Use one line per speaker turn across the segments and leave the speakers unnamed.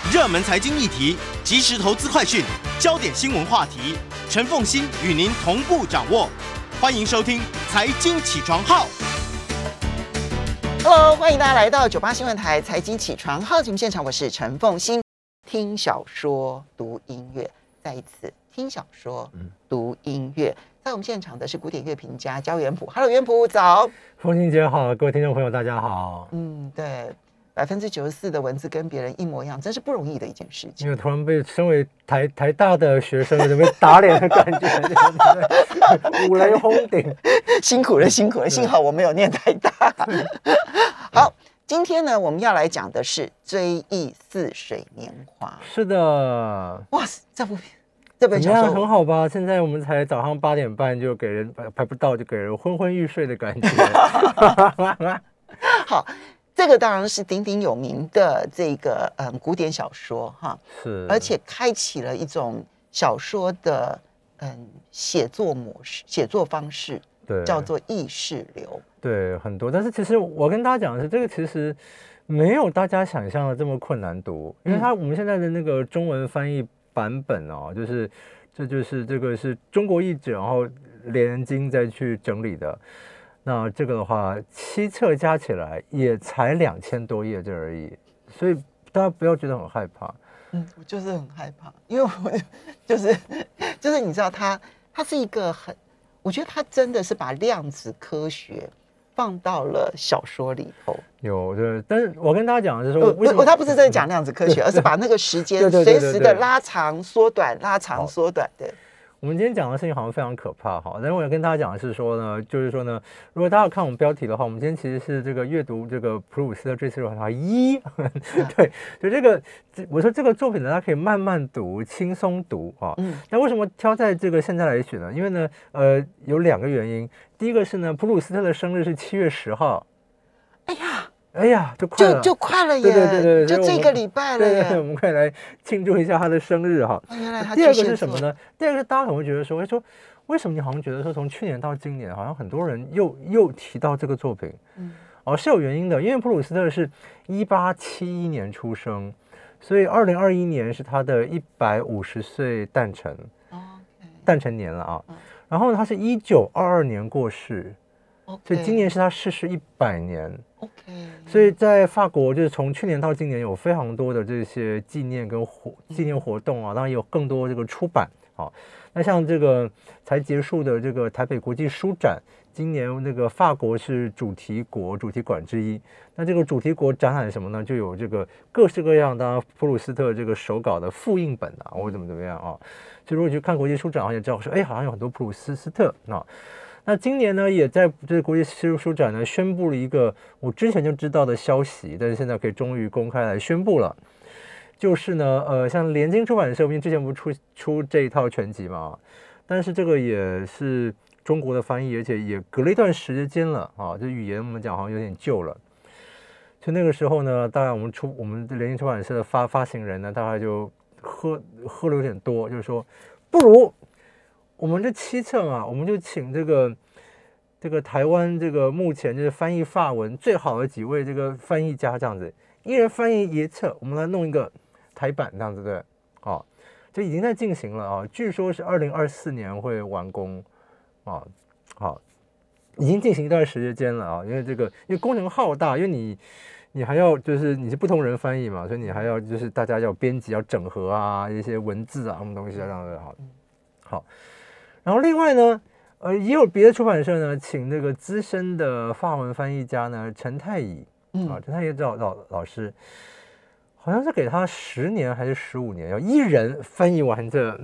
热门财经议题、即时投资快讯、焦点新闻话题，陈凤馨与您同步掌握。欢迎收听《财经起床号》。
Hello， 欢迎大家来到98新闻台财经起床号节目现场，我是陈凤馨。听小说、读音乐，再一次听小说、读音乐。在我们现场的是古典乐评家焦元溥。Hello， 元溥早。
凤馨姐好，各位听众朋友大家好。
对。94%的文字跟别人一模一样，真是不容易的一件事情。
因为突然被身为台大的学生，有点被打脸的感觉，五雷轰顶，
辛苦了，辛苦了，幸好我没有念台大。好，今天呢，我们要来讲的是《追忆似水年华》。
是的，
哇塞，这本小说
很好吧？现在我们才早上8点半就给人排不到，就给人昏昏欲睡的感觉。
好。这个当然是鼎鼎有名的这个古典小说哈，
是，
而且开启了一种小说的写作模式、写作方式，
对，
叫做意识流。
对，很多。但是其实我跟大家讲的是，这个其实没有大家想象的这么困难读，因为我们现在的那个中文翻译版本哦，就是这个是中国译者，然后联经再去整理的。那这个的话，7册加起来也才2000多页这而已，所以大家不要觉得很害怕。
我就是很害怕，因为我就是你知道他是一个我觉得他真的是把量子科学放到了小说里头。有
对，但是我跟大家讲的是说，
他不是真的讲量子科学，而是把那个时间随时的拉长、缩短、拉长、缩短的。
我们今天讲的事情好像非常可怕哈，但是我要跟大家讲的是说呢，就是说呢，如果大家看我们标题的话，我们今天其实是这个阅读这个普鲁斯特追思录1，对，就这个我说这个作品呢，大家可以慢慢读、轻松读啊。那为什么挑在这个现在来选呢？因为呢，有2个原因。第一个是呢，普鲁斯特的生日是7月10号。哎呀，就快了耶！对，
就这个礼拜了耶。
对，我们可以来庆祝一下他的生日哈。
原来他
第二个是什么呢？第二个是大家可能会觉得说，为什么你好像觉得说从去年到今年，好像很多人又提到这个作品？是有原因的，因为普鲁斯特是1871年出生，所以2021年是他的150岁诞辰年了啊。然后呢，他是1922年过世。所以今年是他逝世100年。所以在法国，就是从去年到今年有非常多的这些纪念活动啊，当然也有更多这个出版啊。那像这个才结束的这个台北国际书展，今年那个法国是主题馆之一。那这个主题国展览什么呢？就有这个各式各样的普鲁斯特这个手稿的复印本啊，或者怎么样啊。就如果去看国际书展，好像也知道说，好像有很多普鲁斯特啊。那今年呢，也在这个国际书展呢宣布了一个我之前就知道的消息，但是现在可以终于公开来宣布了，就是呢，像联经出版社，我们之前不是出这一套全集嘛，但是这个也是中国的翻译，而且也隔了一段时间了啊，这语言我们讲好像有点旧了。就那个时候呢，大概我们联经出版社的发行人呢，大概就喝了有点多，就是说不如。我们这7册嘛，我们就请这个台湾这个目前就是翻译法文最好的几位这个翻译家这样子，一人翻译1册，我们来弄一个台版这样子，对，就已经在进行了啊，据说是2024年会完工啊，好，已经进行一段时间了啊，因为工程浩大，因为你还要就是你是不同人翻译嘛，所以你还要就是大家要编辑要整合啊，一些文字啊什么东西这样子，好。然后另外呢，也有别的出版社呢，请那个资深的法文翻译家呢，陈太乙陈太乙老师，好像是给他10年还是15年，要一人翻译完这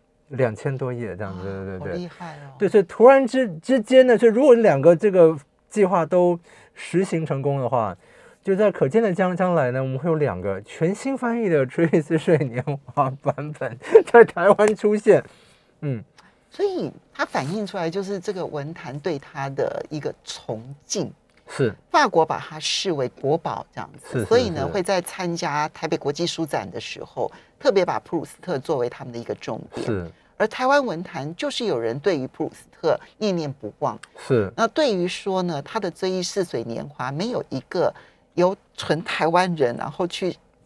2000多页这样子，对，
好厉害哦！
对，所以突然之间呢，就如果2个这个计划都实行成功的话，就在可见的将来呢，我们会有2个全新翻译的《追忆似水年华》版本在台湾出现，
所以它反映出来就是这个文坛对他的一个崇敬，
是
法国把它视为国宝这样子，
是
所以呢会在参加台北国际书展的时候，特别把普鲁斯特作为他们的一个重点。
是，
而台湾文坛就是有人对于普鲁斯特念念不忘。
是，
那对于说呢，他的《追忆似水年华》没有一个由纯台湾人然后去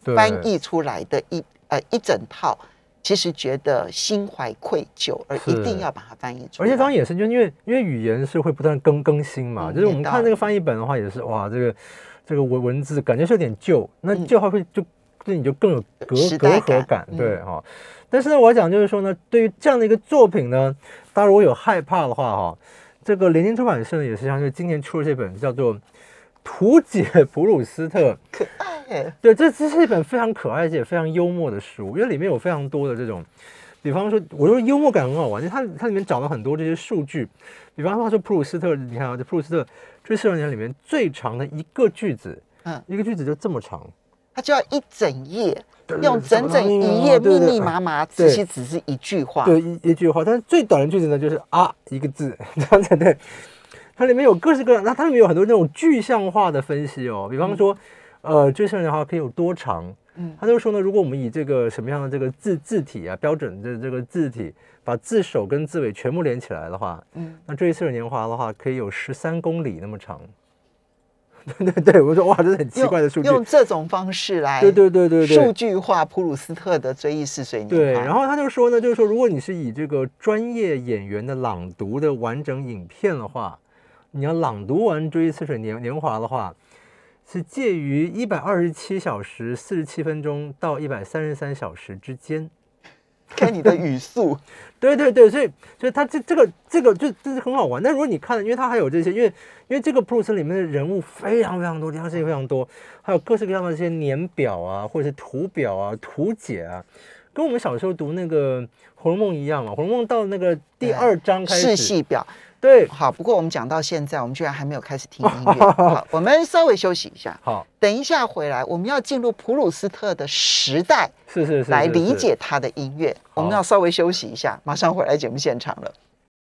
翻译出来的一整套，其实觉得心怀愧疚，而一定要把它翻译出来。
而且当然也是，就因为语言是会不断更新嘛，就是我们看那个翻译本的话，也是哇，这个文字感觉是有点旧，那旧话会就你就更有隔阂感，对哈。但是呢，我要讲就是说呢，对于这样的一个作品呢，大家如果有害怕的话哈，这个联经出版社呢也是像就今年出了这本叫做《图解普鲁斯特》，
可爱耶。
对，这是一本非常可爱而且非常幽默的书，因为里面有非常多的这种，比方说，我说幽默感很好玩，就是它里面找了很多这些数据，比方说普鲁斯特，你看啊，这普鲁斯特追思少年里面最长的一个句子，一个句子就这么长，
它就要一整页，用整整一页密密麻麻，其实只是一句话，
对，一句话，但是最短的句子呢，就是一个字，这样子对。它里面有各式各样，那它里面有很多那种具象化的分析哦，比方说，追思少年的话可以有多长？他就说呢，如果我们以这个什么样的这个字体啊，标准的这个字体，把字首跟字尾全部连起来的话，那追思年华的话可以有13公里那么长。对，我说哇，这是很奇怪的数据。
用这种方式来，
对，
数据化普鲁斯特的追忆似水年华。
对，然后他就说呢，就是说，如果你是以这个专业演员的朗读的完整影片的话，你要朗读完《追忆似水年华》的话，是介于127小时47分钟到133小时之间。
看你的语速。
对，所以他这个就是很好玩。但如果你看，因为他还有这些，因为这个普鲁斯里面的人物非常非常多，地方事情非常多，还有各式各样的这些年表啊，或者是图表啊、图解啊，跟我们小时候读那个《红楼梦》一样嘛。《红楼梦》到那个第2章开始，
世系表。
对，
好。不过我们讲到现在，我们居然还没有开始听音乐。好，我们稍微休息一下。
好，
等一下回来，我们要进入普鲁斯特的时代，
是
来理解他的音乐。我们要稍微休息一下，马上回来节目现场了。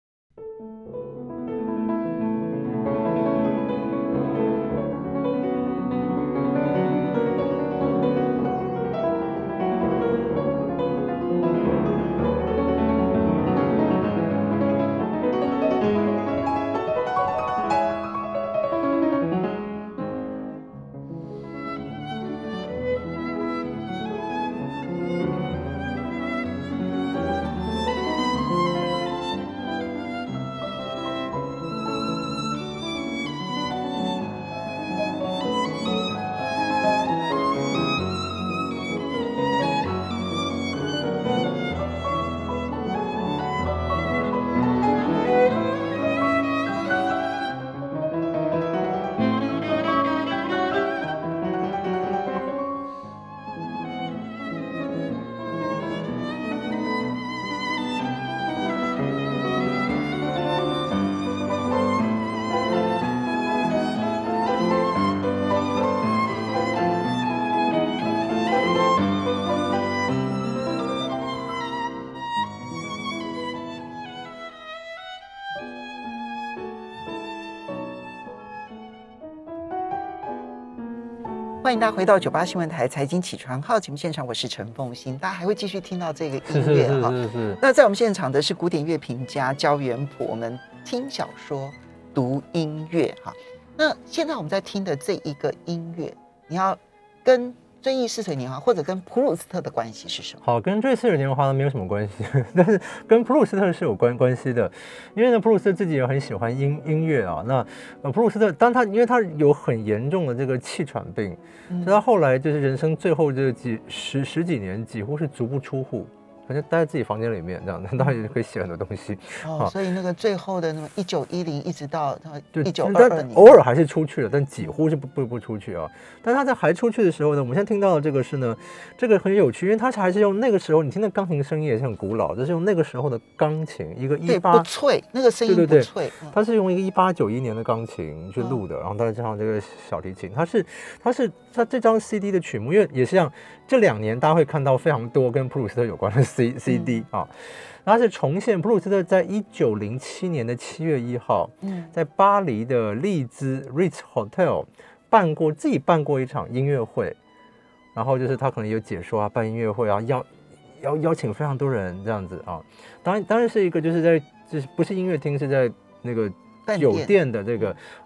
欢迎大家回到98新闻台财经起床号节目现场，我是陈凤馨。大家还会继续听到这个音乐哈。
是。
那在我们现场的是古典乐评家焦元溥，我们听小说、读音乐哈。那现在我们在听的这一个音乐，你要跟追忆似水年华或者跟普鲁斯特的关系是什么？
好，跟追忆似水年华没有什么关系，但是跟普鲁斯特是有关系的，因为呢，普鲁斯特自己也很喜欢音乐啊。那普鲁斯特，因为他有很严重的这个气喘病，所以他后来就是人生最后这十几年，几乎是足不出户。反正待在自己房间里面这样，当然也可以写很多东西。
所以那个最后的那么1910一直到1922年，
偶尔还是出去了，但几乎是不出去啊。但他在还出去的时候呢，我们现在听到的这个是呢，这个很有趣，因为他还是用那个时候，你听的钢琴声音也是很古老，这是用那个时候的钢琴，一个
不脆，那个声音不脆，
他是用一个1891年的钢琴去录的，然后再加上这个小提琴，他这张 CD 的曲目，因为也是像这2年大家会看到非常多跟普鲁斯特有关的 CD 啊，它是重现普鲁斯特在1907年的7月1号，在巴黎的丽兹 Ritz Hotel 自己办过一场音乐会，然后就是他可能有解说啊，办音乐会啊，邀请非常多人这样子啊，当然是一个就是不是音乐厅，是在那个酒店的这个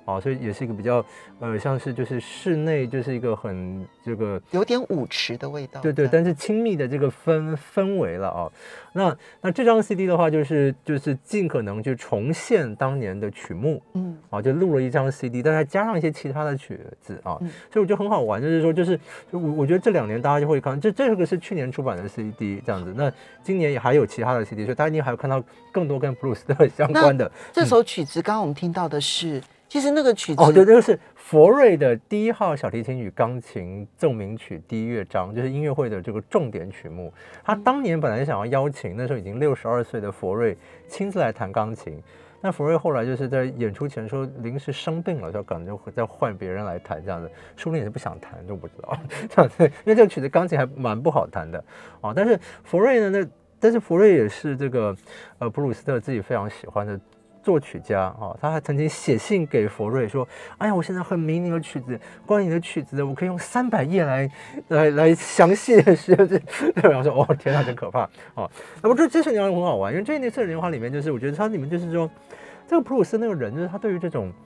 所以也是一个比较像是就是室内就是一个很这个
有点舞池的味道，
对，但是亲密的这个氛围了啊。那这张 CD 的话，就是尽可能就重现当年的曲目，就录了一张 CD， 但再加上一些其他的曲子啊，所以我觉得很好玩，就是说就我觉得这2年大家就会看，这个是去年出版的 CD 这样子，那今年也还有其他的 CD， 所以大家一定还有看到更多跟布鲁斯特相关的。
这首曲子刚刚我们听到的是。其实那个曲子
对，这个是佛瑞的第1号小提琴与钢琴奏鸣曲第1乐章，就是音乐会的这个重点曲目。他当年本来想要邀请那时候已经62岁的佛瑞亲自来弹钢琴，那佛瑞后来就是在演出前说临时生病了，就可能就再换别人来弹这样子，说不定也是不想弹，就不知道这样子，因为这个曲子钢琴还蛮不好弹的但是佛瑞呢，但是佛瑞也是这个布鲁斯特自己非常喜欢的作曲家他还曾经写信给佛瑞说：“哎呀，我现在很迷你的曲子，关于你的曲子，我可以用300页来详细的写。”然后说：“哦，天哪，真可怕那么这次年华很好玩，因为这一次的年华里面，就是我觉得它里面就是说，这个普鲁斯那个人，就是他对于这种，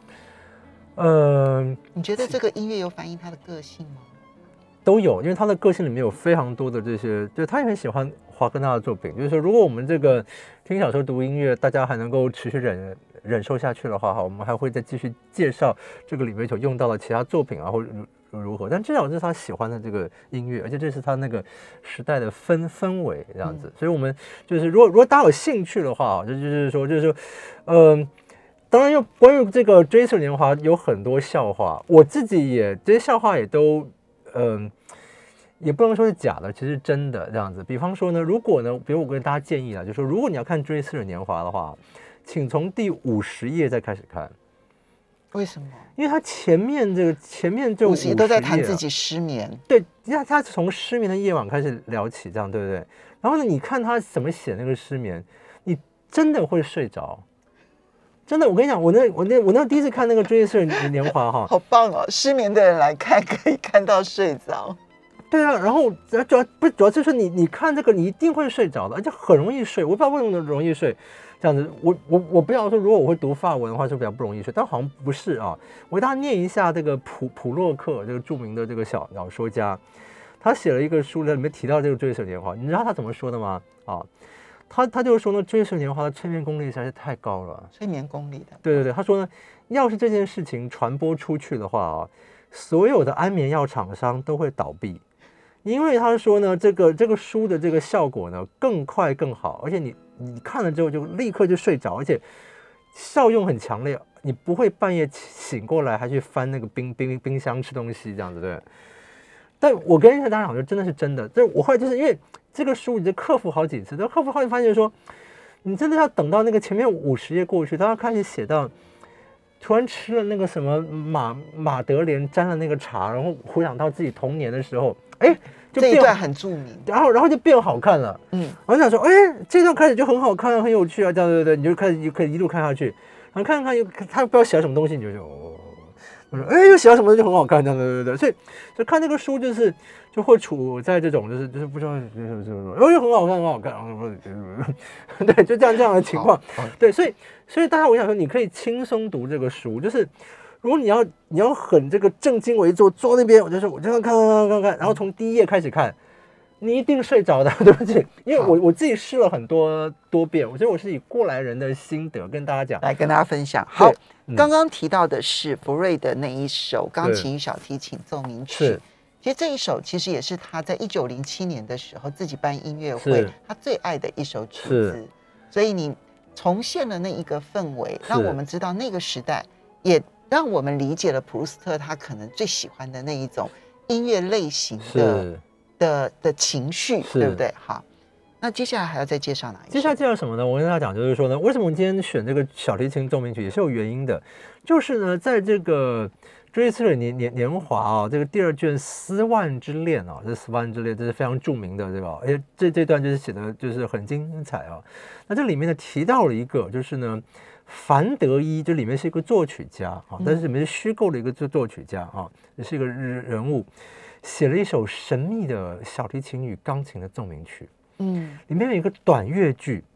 你觉得这个音乐有反映他的个性吗？
都有，因为他的个性里面有非常多的这些，就他也很喜欢华格纳的作品。就是说，如果我们这个听小说读音乐，大家还能够持续忍受下去的话，我们还会再继续介绍这个里面所用到的其他作品或如何。但至少是他喜欢的这个音乐，而且这是他那个时代的氛围这样子。所以我们就是如果大家有兴趣的话，就是说，当然，关于这个追溯年华有很多笑话，我自己这些笑话也都。也不能说是假的，其实真的这样子。比方说呢，如果呢，比如我跟大家建议就是说，如果你要看《追思的年华》的话，请从第50页再开始看。
为什么？
因为他前面这50页
都在谈自己失眠。
对，他从失眠的夜晚开始聊起，这样对不对？然后呢，你看他怎么写那个失眠，你真的会睡着。真的，我跟你讲，我那第一次看那个《追思的年华》
好棒哦！失眠的人来看，可以看到睡着。
对啊，然后主要就是你看这个，你一定会睡着的，而且很容易睡。我不知道为什么容易睡，这样子。我不要说，如果我会读法文的话，就比较不容易睡，但好像不是啊。我给大家念一下这个普洛克，这个著名的这个小说家，他写了一个书，里面提到这个《追思年华》，你知道他怎么说的吗？他就是说呢，《追思年华》的催眠功力实在是太高了。
催眠功力的。
对，他说呢，要是这件事情传播出去的话所有的安眠药厂商都会倒闭。因为他说呢，这个书的这个效果呢更快更好，而且你看了之后就立刻就睡着，而且效用很强烈，你不会半夜醒过来还去翻那个冰箱吃东西这样子，对。但我跟大家讲，就真的是真的。这我后来就是因为这个书，你就克服好几次，克服后来发现说，你真的要等到那个前面50页过去，他要开始写到突然吃了那个什么马德莲沾了那个茶，然后回想到自己童年的时候。
这一段很著名，
然后就变好看了，我想说，这段开始就很好看，很有趣啊，这样对，你就开始可以一路看下去，然后看他不知道写了什么东西，你就我说又写了什么就很好看，这样对，所以看这个书就会处在这种就是不知道又很好看，对，就这样的情况，对，所以大家我想说，你可以轻松读这个书，就是。如果你要很这个正襟危坐，坐那边，我就看，然后从第1页开始看，你一定睡着的，对不起，因为我自己试了很多遍，我觉得我是以过来人的心得跟大家讲，
来跟大家分享。好，刚刚提到的是福瑞的那一首钢琴与小提琴奏鸣曲，其实这一首其实也是他在1907年的时候自己办音乐会他最爱的一首曲子，所以你重现了那一个氛围，让我们知道那个时代也。让我们理解了普鲁斯特他可能最喜欢的那一种音乐类型的情绪，对不对？好，那接下来还要再介绍哪一首？
接下来介绍什么呢？我跟大家讲，就是说呢，为什么我们今天选这个小提琴奏鸣曲也是有原因的，就是呢，在这个追思的年华这个第2卷《斯万之恋》这斯万之恋这是非常著名的这个，而且这段就是写的就是很精彩那这里面呢提到了一个，就是呢。凡德伊这里面是一个作曲家但是里面是虚构的一个作曲家也是一个人物，写了一首神秘的小提琴与钢琴的奏鸣曲。里面有一个短乐句，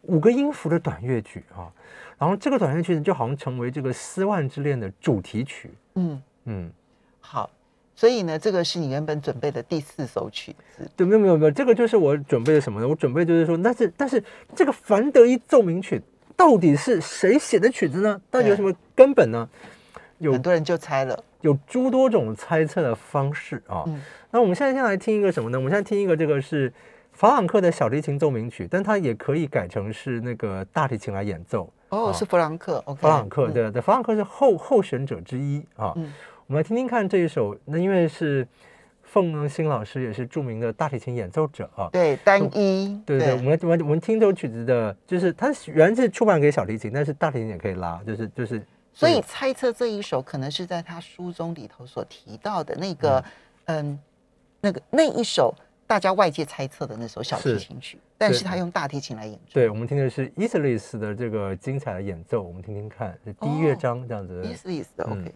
5个音符的短乐曲啊，然后这个短乐曲就好像成为这个《丝万之恋》的主题曲。
好，所以呢，这个是你原本准备的第4首曲子。
对，没有，这个就是我准备的什么呢？我准备就是说，但是这个凡德伊奏鸣曲到底是谁写的曲子呢？到底有什么根本呢？
很多人就猜了，
有诸多种猜测的方式啊。那我们现在先来听一个什么呢？我们现在听一个这个是法朗克的小提琴奏鸣曲，但它也可以改成是那个大提琴来演奏。
是弗朗克 ，OK，
弗朗克，对，弗朗克是候选者之一啊。我们来听听看这一首，那因为是凤新老师也是著名的大提琴演奏者啊，
对，单一，
对，我们听这首曲子的，就是它原来是出版给小提琴，但是大提琴也可以拉，就是。
所以猜测这一首可能是在他书中里头所提到的那个，那一首大家外界猜测的那首小提琴曲，但是他用大提琴来演奏。
对，我们听的是 Islis 的这个精彩的演奏，我们听听看，是第1乐章这样子。
Islis 的 OK。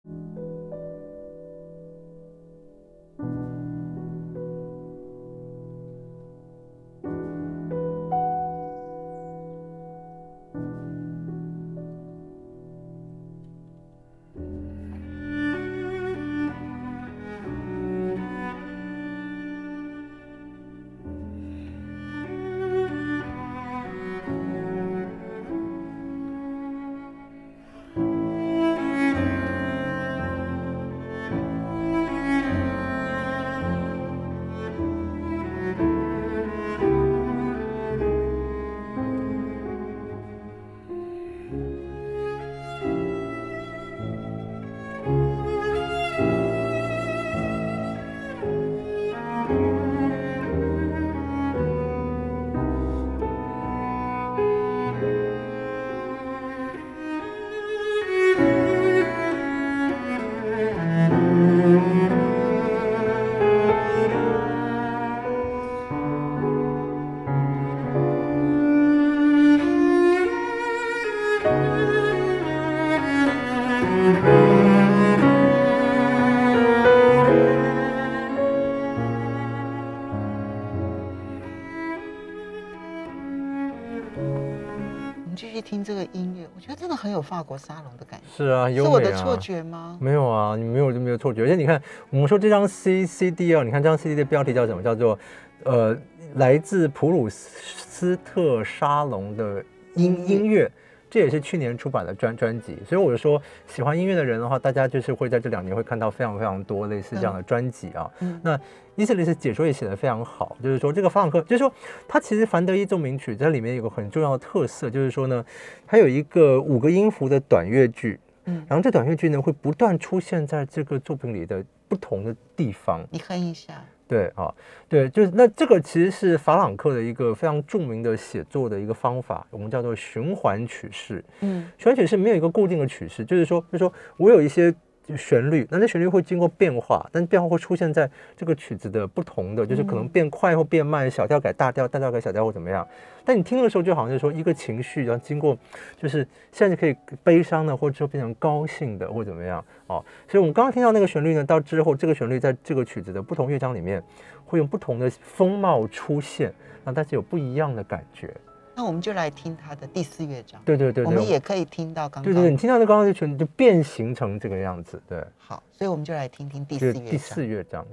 听这个音乐，我觉得真的很有法国沙龙的感觉。
是啊，
是我的错觉吗？
没有啊，你没有错觉。而且你看，我们说这张 CD 啊，你看这张 CD 的标题叫什么？叫做来自普鲁斯特沙龙的音乐。这也是去年出版的专辑，所以我就说，喜欢音乐的人的话，大家就是会在这2年会看到非常非常多类似这样的专辑啊。那伊斯里斯解说也写得非常好，就是说这个法朗克，就是说他其实凡德伊奏鸣曲在里面有个很重要的特色，就是说呢，它有一个5个音符的短乐句，然后这短乐句呢会不断出现在这个作品里的不同的地方。
你哼一下。
对啊，对，就是那这个其实是法朗克的一个非常著名的写作的一个方法，我们叫做循环曲式。循环曲式没有一个固定的曲式，就是说我有一些旋律，那旋律会经过变化，但变化会出现在这个曲子的不同的，就是可能变快或变慢，小调改大调，大调改小调或怎么样。但你听的时候，就好像是说一个情绪，然后经过，就是现在可以悲伤的，或者说变成高兴的，或怎么样哦。所以我们刚刚听到那个旋律呢，到之后这个旋律在这个曲子的不同乐章里面，会用不同的风貌出现，让大家有不一样的感觉。
那我们就来听他的第4乐章。
对，我
们也可以听到刚刚。
对，你听到那刚刚就变形成这个样子。对，
好，所以我们就来听听第4乐章。
第4乐章，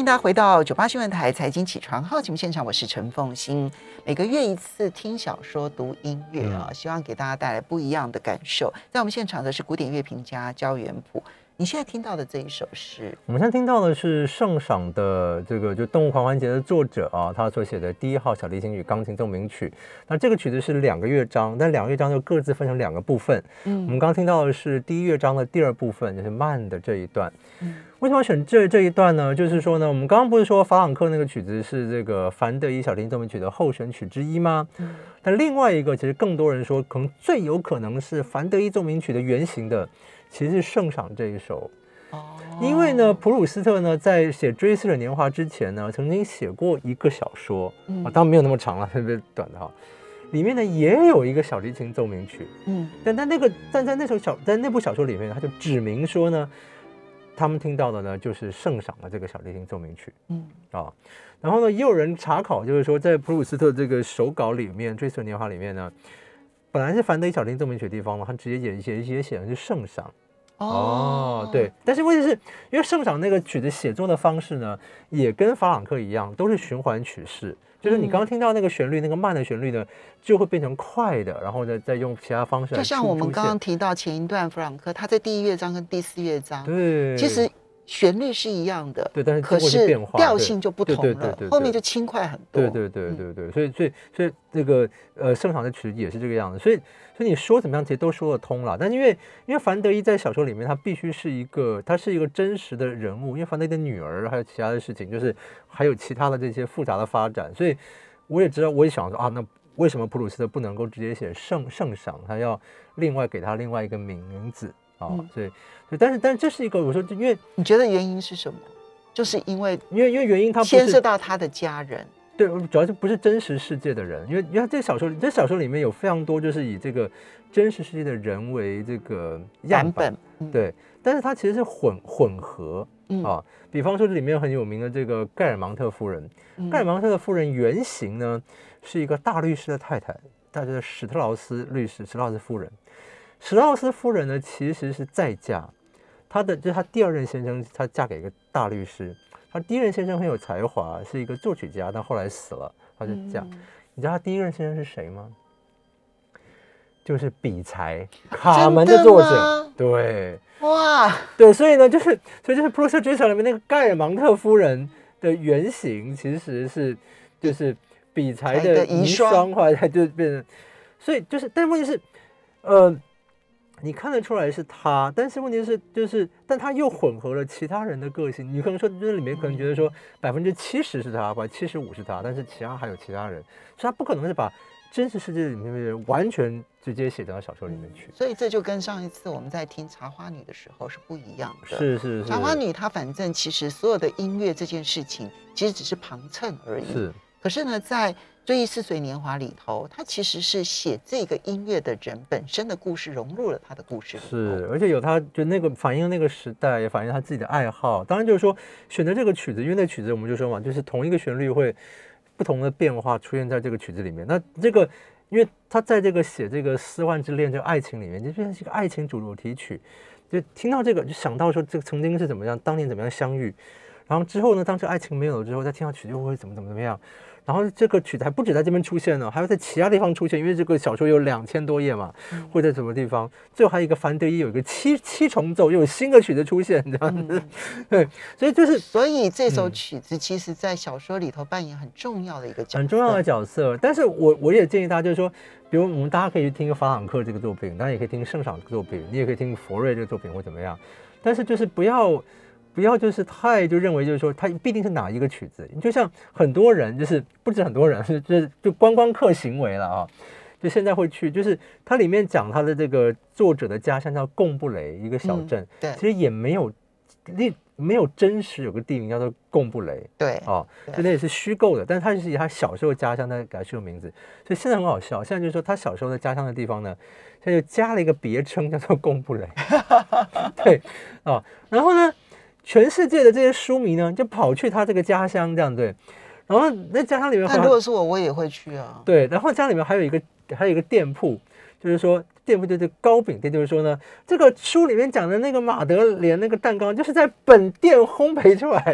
迎大家回到98新闻台财经起床号节目现场，我是陈凤馨。每个月一次听小说读音乐啊，希望给大家带来不一样的感受。在我们现场的是古典乐评家焦元溥。你现在听到的这一首是？
我们现在听到的是圣赏的这个就《动物狂欢节》的作者啊，他所写的第1号小提琴与钢琴奏鸣曲。那这个曲子是2个乐章，但2个乐章就各自分成2个部分。我们刚听到的是第1乐章的第2部分，就是慢的这一段。为什么要选这一段呢？就是说呢，我们刚刚不是说法朗克那个曲子是这个凡德伊小提琴奏鸣曲的候选曲之一吗？但另外一个，其实更多人说，可能最有可能是凡德伊奏鸣曲的原型的，其实是圣赏这一首。因为呢，普鲁斯特呢在写《追思者年华》之前呢，曾经写过一个小说，当然没有那么长了，特别短的哈。里面呢也有一个小提琴奏鸣曲，但在那部小说里面，他就指明说呢，他们听到的呢就是圣赏的这个小提琴奏鸣曲，然后呢，也有人查考，就是说在普鲁斯特这个手稿里面，《追思者年华》里面呢，本来是凡德伊小提琴奏鸣曲的地方呢，他直接也写的是圣赏。对，但是问题是因为圣赏那个曲子写作的方式呢，也跟法朗克一样，都是循环曲式，就是你刚刚听到那个旋律，那个慢的旋律呢，就会变成快的，然后呢再用其他方式来
就像我们刚刚提到前一段弗朗克，他在第1乐章跟第4乐章，
对，
其实旋律是一样的，
对，但是
可是调性就不同了，
对，
后面就轻快很多。
对，所以这个圣赏的曲子也是这个样子，所以你说怎么样，其实都说得通了。但因为凡德伊在小说里面，他必须是一个真实的人物，因为凡德伊的女儿还有其他的事情，就是还有其他的这些复杂的发展，所以我也知道，我也想说啊，那为什么普鲁斯特不能够直接写圣赏，他要另外给他另外一个名字？所以但是这是一个，我说，因为
你觉得原因是什么？就是因为
原因它
牵涉到他的家人，
对，主要是不是真实世界的人，因为这小说里面有非常多就是以这个真实世界的人为这个样本，对，但是它其实是混合比方说这里面很有名的这个盖尔芒特夫人，盖尔芒特的夫人原型呢是一个大律师的太太，她就是史特劳斯律师，史特劳斯夫人。史特劳斯夫人呢，其实是再嫁，就是她第2任先生，她嫁给一个大律师。她第1任先生很有才华，是一个作曲家，但后来死了，她就嫁。你知道她第1任先生是谁吗？就是比才，卡门的作者。对，
哇，
对，所以就是普鲁斯特追想里面那个盖尔芒特夫人的原型，其实是就是比才的遗孀，后来就变成，所以但是问题是，你看得出来是他，但是问题是但他又混合了其他人的个性。你可能说这里面可能觉得说70%是他，或者75%是他，但是其他还有其他人，所以他不可能是把真实世界里面的人完全直接写到小说里面去。
所以这就跟上一次我们在听茶花女的时候是不一样的。
是
茶花女她反正其实所有的音乐这件事情其实只是旁衬而已。
是。
可是呢，在《追忆似水年华》里头，他其实是写这个音乐的人本身的故事融入了他的故事里头，
是，而且有他就那个反映那个时代，也反映他自己的爱好。当然就是说选择这个曲子，因为那曲子我们就说嘛，就是同一个旋律会不同的变化出现在这个曲子里面。那这个因为他在这个写这个斯万之恋这个爱情里面，就变成是一个爱情主题曲，就听到这个就想到说这个曾经是怎么样，当年怎么样相遇，然后之后呢，当这爱情没有了之后，再听到曲子会怎么样。然后这个曲子还不止在这边出现呢，还会在其他地方出现，因为这个小说有2000多页嘛，会在什么地方？最后还有一个凡德伊有一个七重奏，又有新的曲子出现，这样子。对，所以
这首曲子其实在小说里头扮演很重要的一个角色，
很重要的角色。但是我也建议大家，就是说，比如我们大家可以去听法朗克这个作品，当然也可以听圣赏这个作品，你也可以听佛瑞这个作品或怎么样，但是就是不要就是太就认为就是说它必定是哪一个曲子，就像很多人就是不止很多人就观光客行为了啊，就现在会去，就是它里面讲它的这个作者的家乡叫贡布雷一个小镇，
对，
其实也没有真实有个地名叫做贡布雷，
对
哦，那也是虚构的，但是他就是以他小时候家乡在给他取名字，所以现在很好笑，现在就是说他小时候的家乡的地方呢，现在就加了一个别称叫做贡布雷，对啊，然后呢。全世界的这些书迷呢，就跑去他这个家乡，这样对。然后那家乡里面，
但如果是我也会去啊。
对，然后家里面还有一个店铺，就是说店铺就是糕饼店，就是说呢，这个书里面讲的那个马德莲那个蛋糕，就是在本店烘焙出来的。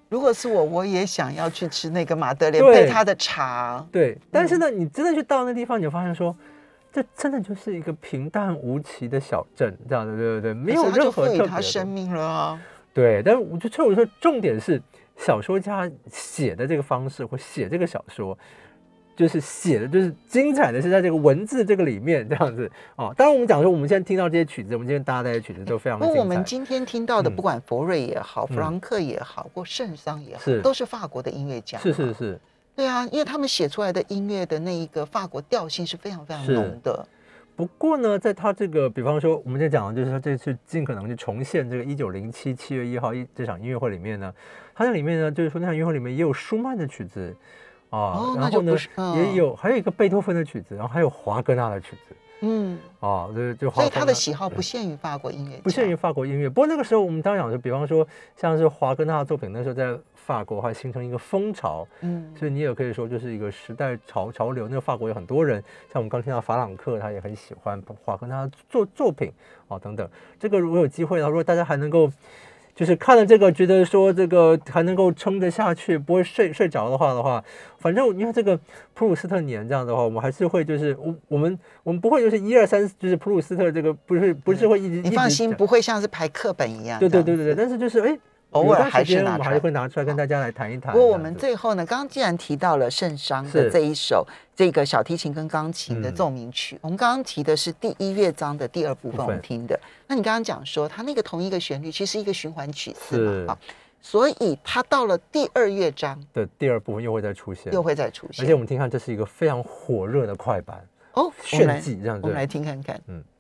如果是我也想要去吃那个马德莲
对
配它的茶。
对，但是呢，你真的去到那地方，你就发现说，这真的就是一个平淡无奇的小镇，这样的，对不对？没有任何特别的。
它生命了啊。
对，但我就说，重点是小说家写的这个方式，或写这个小说，就是写的就是精彩的是在这个文字这个里面这样子哦。当然，我们讲说我们现在听到这些曲子，我们今天搭的曲子都非常的精彩。
我们今天听到的，不管佛瑞也好，弗朗克也好，或圣桑也好，都是法国的音乐家。
是。
对啊，因为他们写出来的音乐的那一个法国调性是非常非常浓的。
不过呢，在他这个，比方说，我们在讲的就是说，这次尽可能去重现这个1907 7月1号这场音乐会里面呢，它在里面呢，就是说那场音乐会里面也有舒曼的曲子啊，然后呢，也有还有一个贝多芬的曲子，然后还有华格纳的曲子。
所以他的喜好不限于法国音乐，
不限于法国音乐。不过那个时候我们当然讲说，比方说像是华格纳的作品，那时候在法国还形成一个风潮，所以你也可以说就是一个时代潮流。那个法国有很多人，像我们刚听到法朗克，他也很喜欢华格纳的作品等等。这个如果有机会的话，如果大家还能够就是看了这个，觉得说这个还能够撑得下去，不会睡着的话，反正因为这个普鲁斯特年这样的话，我们还是会就是我们不会就是1、2、3，就是普鲁斯特这个不是会一直。
你放心，不会像是排课本一样。
对，但是就是
偶尔还是
我们还会拿出来跟大家来谈一谈。
不过我们最后呢，刚刚既然提到了圣桑的这一首这个小提琴跟钢琴的奏鸣曲，我们刚刚提的是第1乐章的第2部分我们听的。那你刚刚讲说，它那个同一个旋律其实是一个循环曲式嘛，所以它到了第2乐章
的第2部分又会再出现，而且我们听看，这是一个非常火热的快板炫技这样子。
我们来听看看。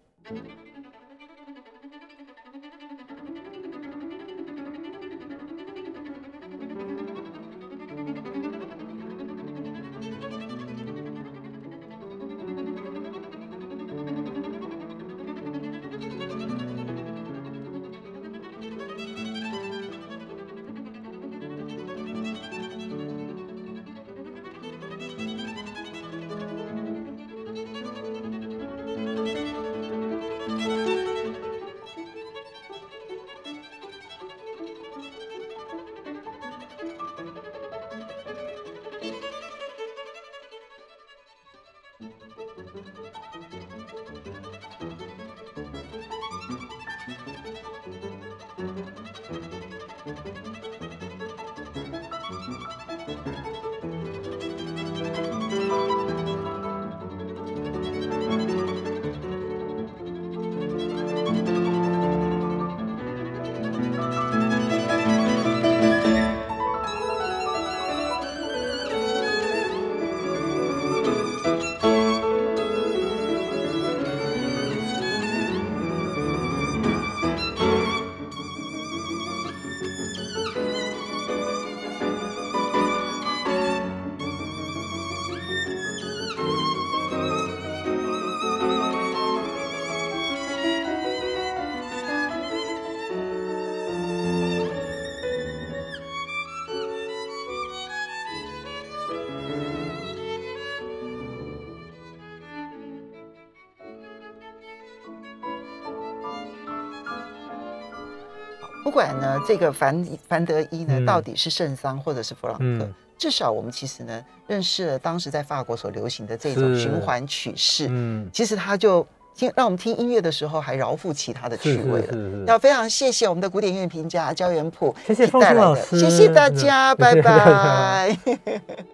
不管呢，这个凡德伊呢，到底是圣桑或者是弗朗克，至少我们其实呢，认识了当时在法国所流行的这种循环曲式。其实他就让我们听音乐的时候还饶富其他的趣味了。要非常谢谢我们的古典音乐评价焦元溥，
谢谢凤青老师，
谢谢大家，拜拜。